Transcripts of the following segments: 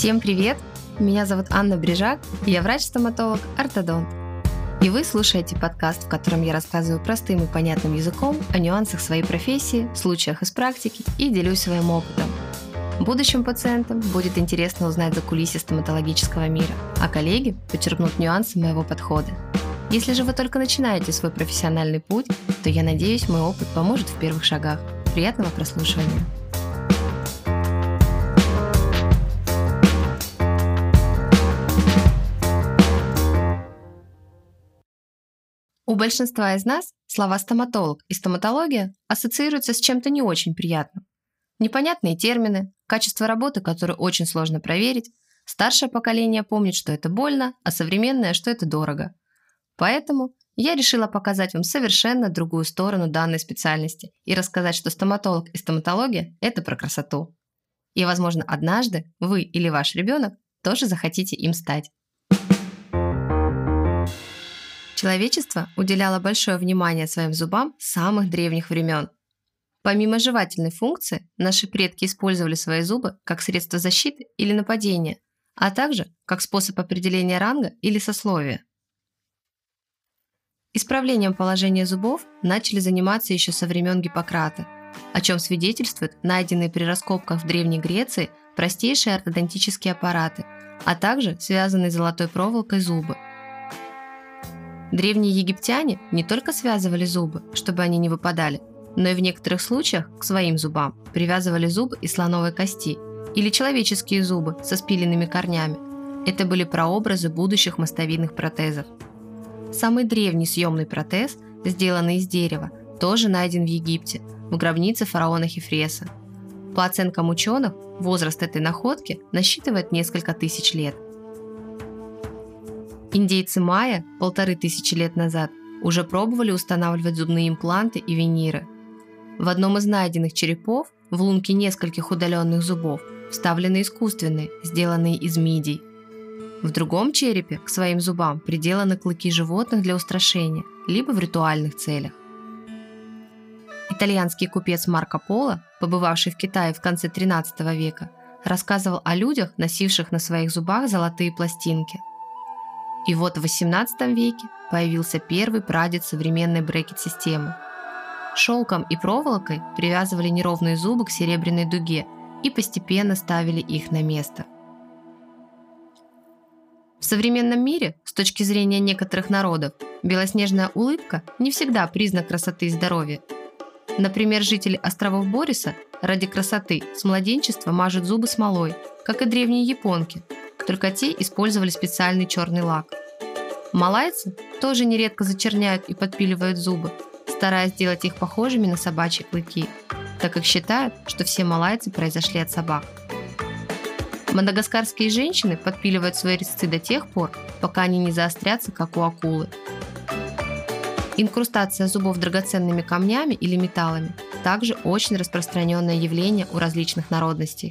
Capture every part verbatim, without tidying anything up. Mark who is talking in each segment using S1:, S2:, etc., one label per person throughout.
S1: Всем привет! Меня зовут Анна Брижак, я врач-стоматолог-ортодонт. И вы слушаете подкаст, в котором я рассказываю простым и понятным языком о нюансах своей профессии, случаях из практики и делюсь своим опытом. Будущим пациентам будет интересно узнать закулисье стоматологического мира, а коллеги подчеркнут нюансы моего подхода. Если же вы только начинаете свой профессиональный путь, то я надеюсь, мой опыт поможет в первых шагах. Приятного прослушивания! У большинства из нас слова «стоматолог» и «стоматология» ассоциируются с чем-то не очень приятным. Непонятные термины, качество работы, которое очень сложно проверить, старшее поколение помнит, что это больно, а современное, что это дорого. Поэтому я решила показать вам совершенно другую сторону данной специальности и рассказать, что стоматолог и стоматология – это про красоту. И, возможно, однажды вы или ваш ребенок тоже захотите им стать. Человечество уделяло большое внимание своим зубам с самых древних времен. Помимо жевательной функции, наши предки использовали свои зубы как средство защиты или нападения, а также как способ определения ранга или сословия. Исправлением положения зубов начали заниматься еще со времен Гиппократа, о чем свидетельствуют найденные при раскопках в Древней Греции простейшие ортодонтические аппараты, а также связанные золотой проволокой зубы. Древние египтяне не только связывали зубы, чтобы они не выпадали, но и в некоторых случаях к своим зубам привязывали зубы из слоновой кости или человеческие зубы со спиленными корнями. Это были прообразы будущих мостовидных протезов. Самый древний съемный протез, сделанный из дерева, тоже найден в Египте, в гробнице фараона Хефреса. По оценкам ученых, возраст этой находки насчитывает несколько тысяч лет. Индейцы майя полторы тысячи лет назад уже пробовали устанавливать зубные импланты и виниры. В одном из найденных черепов в лунке нескольких удаленных зубов вставлены искусственные, сделанные из мидий. В другом черепе к своим зубам приделаны клыки животных для устрашения, либо в ритуальных целях. Итальянский купец Марко Поло, побывавший в Китае в конце тринадцатого века, рассказывал о людях, носивших на своих зубах золотые пластинки. И вот в восемнадцатом веке появился первый прадед современной брекет-системы. Шелком и проволокой привязывали неровные зубы к серебряной дуге и постепенно ставили их на место. В современном мире, с точки зрения некоторых народов, белоснежная улыбка не всегда признак красоты и здоровья. Например, жители островов Бориса ради красоты с младенчества мажут зубы смолой, как и древние японки, только те использовали специальный черный лак. Малайцы тоже нередко зачерняют и подпиливают зубы, стараясь сделать их похожими на собачьи клыки, так как считают, что все малайцы произошли от собак. Мадагаскарские женщины подпиливают свои резцы до тех пор, пока они не заострятся, как у акулы. Инкрустация зубов драгоценными камнями или металлами также очень распространенное явление у различных народностей.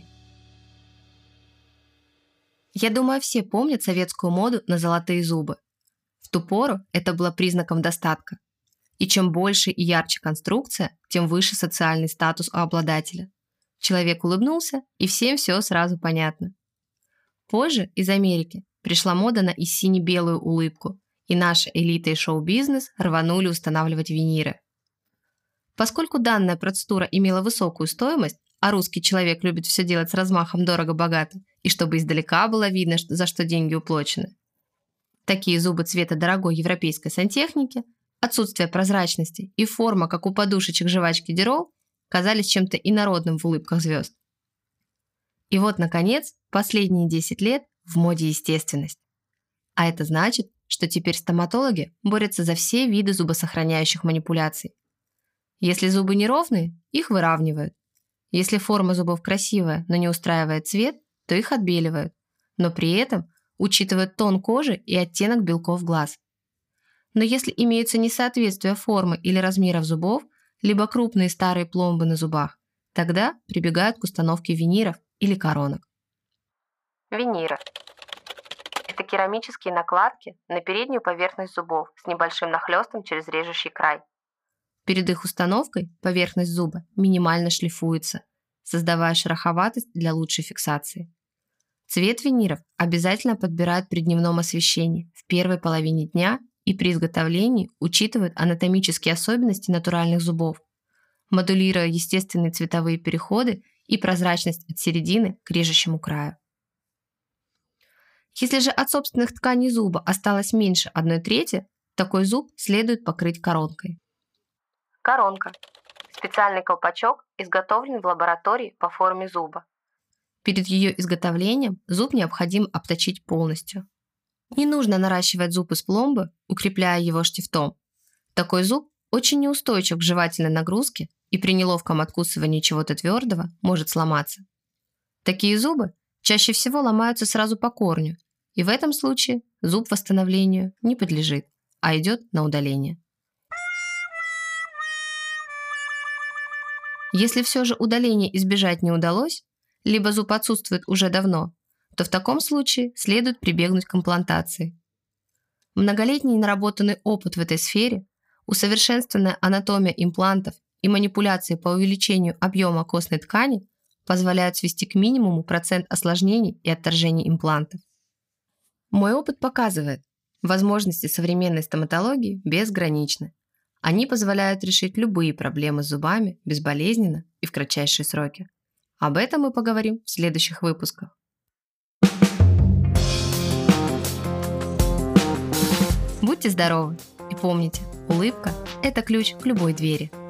S1: Я думаю, все помнят советскую моду на золотые зубы. В ту пору это было признаком достатка. И чем больше и ярче конструкция, тем выше социальный статус у обладателя. Человек улыбнулся, и всем все сразу понятно. Позже из Америки пришла мода на и сине-белую улыбку, и наша элита и шоу-бизнес рванули устанавливать виниры. Поскольку данная процедура имела высокую стоимость, а русский человек любит все делать с размахом дорого-богато, и чтобы издалека было видно, за что деньги уплочены. Такие зубы цвета дорогой европейской сантехники, отсутствие прозрачности и форма, как у подушечек жвачки Дирол, казались чем-то инородным в улыбках звезд. И вот, наконец, последние десять лет в моде естественность. А это значит, что теперь стоматологи борются за все виды зубосохраняющих манипуляций. Если зубы неровные, их выравнивают. Если форма зубов красивая, но не устраивает цвет, то их отбеливают, но при этом учитывают тон кожи и оттенок белков глаз. Но если имеются несоответствия формы или размеров зубов, либо крупные старые пломбы на зубах, тогда прибегают к установке виниров или коронок. Виниры – это керамические накладки на переднюю поверхность зубов с небольшим нахлестом через режущий край. Перед их установкой поверхность зуба минимально шлифуется, создавая шероховатость для лучшей фиксации. Цвет виниров обязательно подбирают при дневном освещении в первой половине дня и при изготовлении учитывают анатомические особенности натуральных зубов, модулируя естественные цветовые переходы и прозрачность от середины к режущему краю. Если же от собственных тканей зуба осталось меньше одной трети, такой зуб следует покрыть коронкой. Коронка – специальный колпачок, изготовленный в лаборатории по форме зуба. Перед ее изготовлением зуб необходимо обточить полностью. Не нужно наращивать зуб из пломбы, укрепляя его штифтом. Такой зуб очень неустойчив к жевательной нагрузке и при неловком откусывании чего-то твердого может сломаться. Такие зубы чаще всего ломаются сразу по корню, и в этом случае зуб восстановлению не подлежит, а идет на удаление. Если все же удаление избежать не удалось, либо зуб отсутствует уже давно, то в таком случае следует прибегнуть к имплантации. Многолетний наработанный опыт в этой сфере, усовершенствованная анатомия имплантов и манипуляции по увеличению объема костной ткани позволяют свести к минимуму процент осложнений и отторжений имплантов. Мой опыт показывает, возможности современной стоматологии безграничны. Они позволяют решить любые проблемы с зубами безболезненно и в кратчайшие сроки. Об этом мы поговорим в следующих выпусках. Будьте здоровы и помните, улыбка – это ключ к любой двери.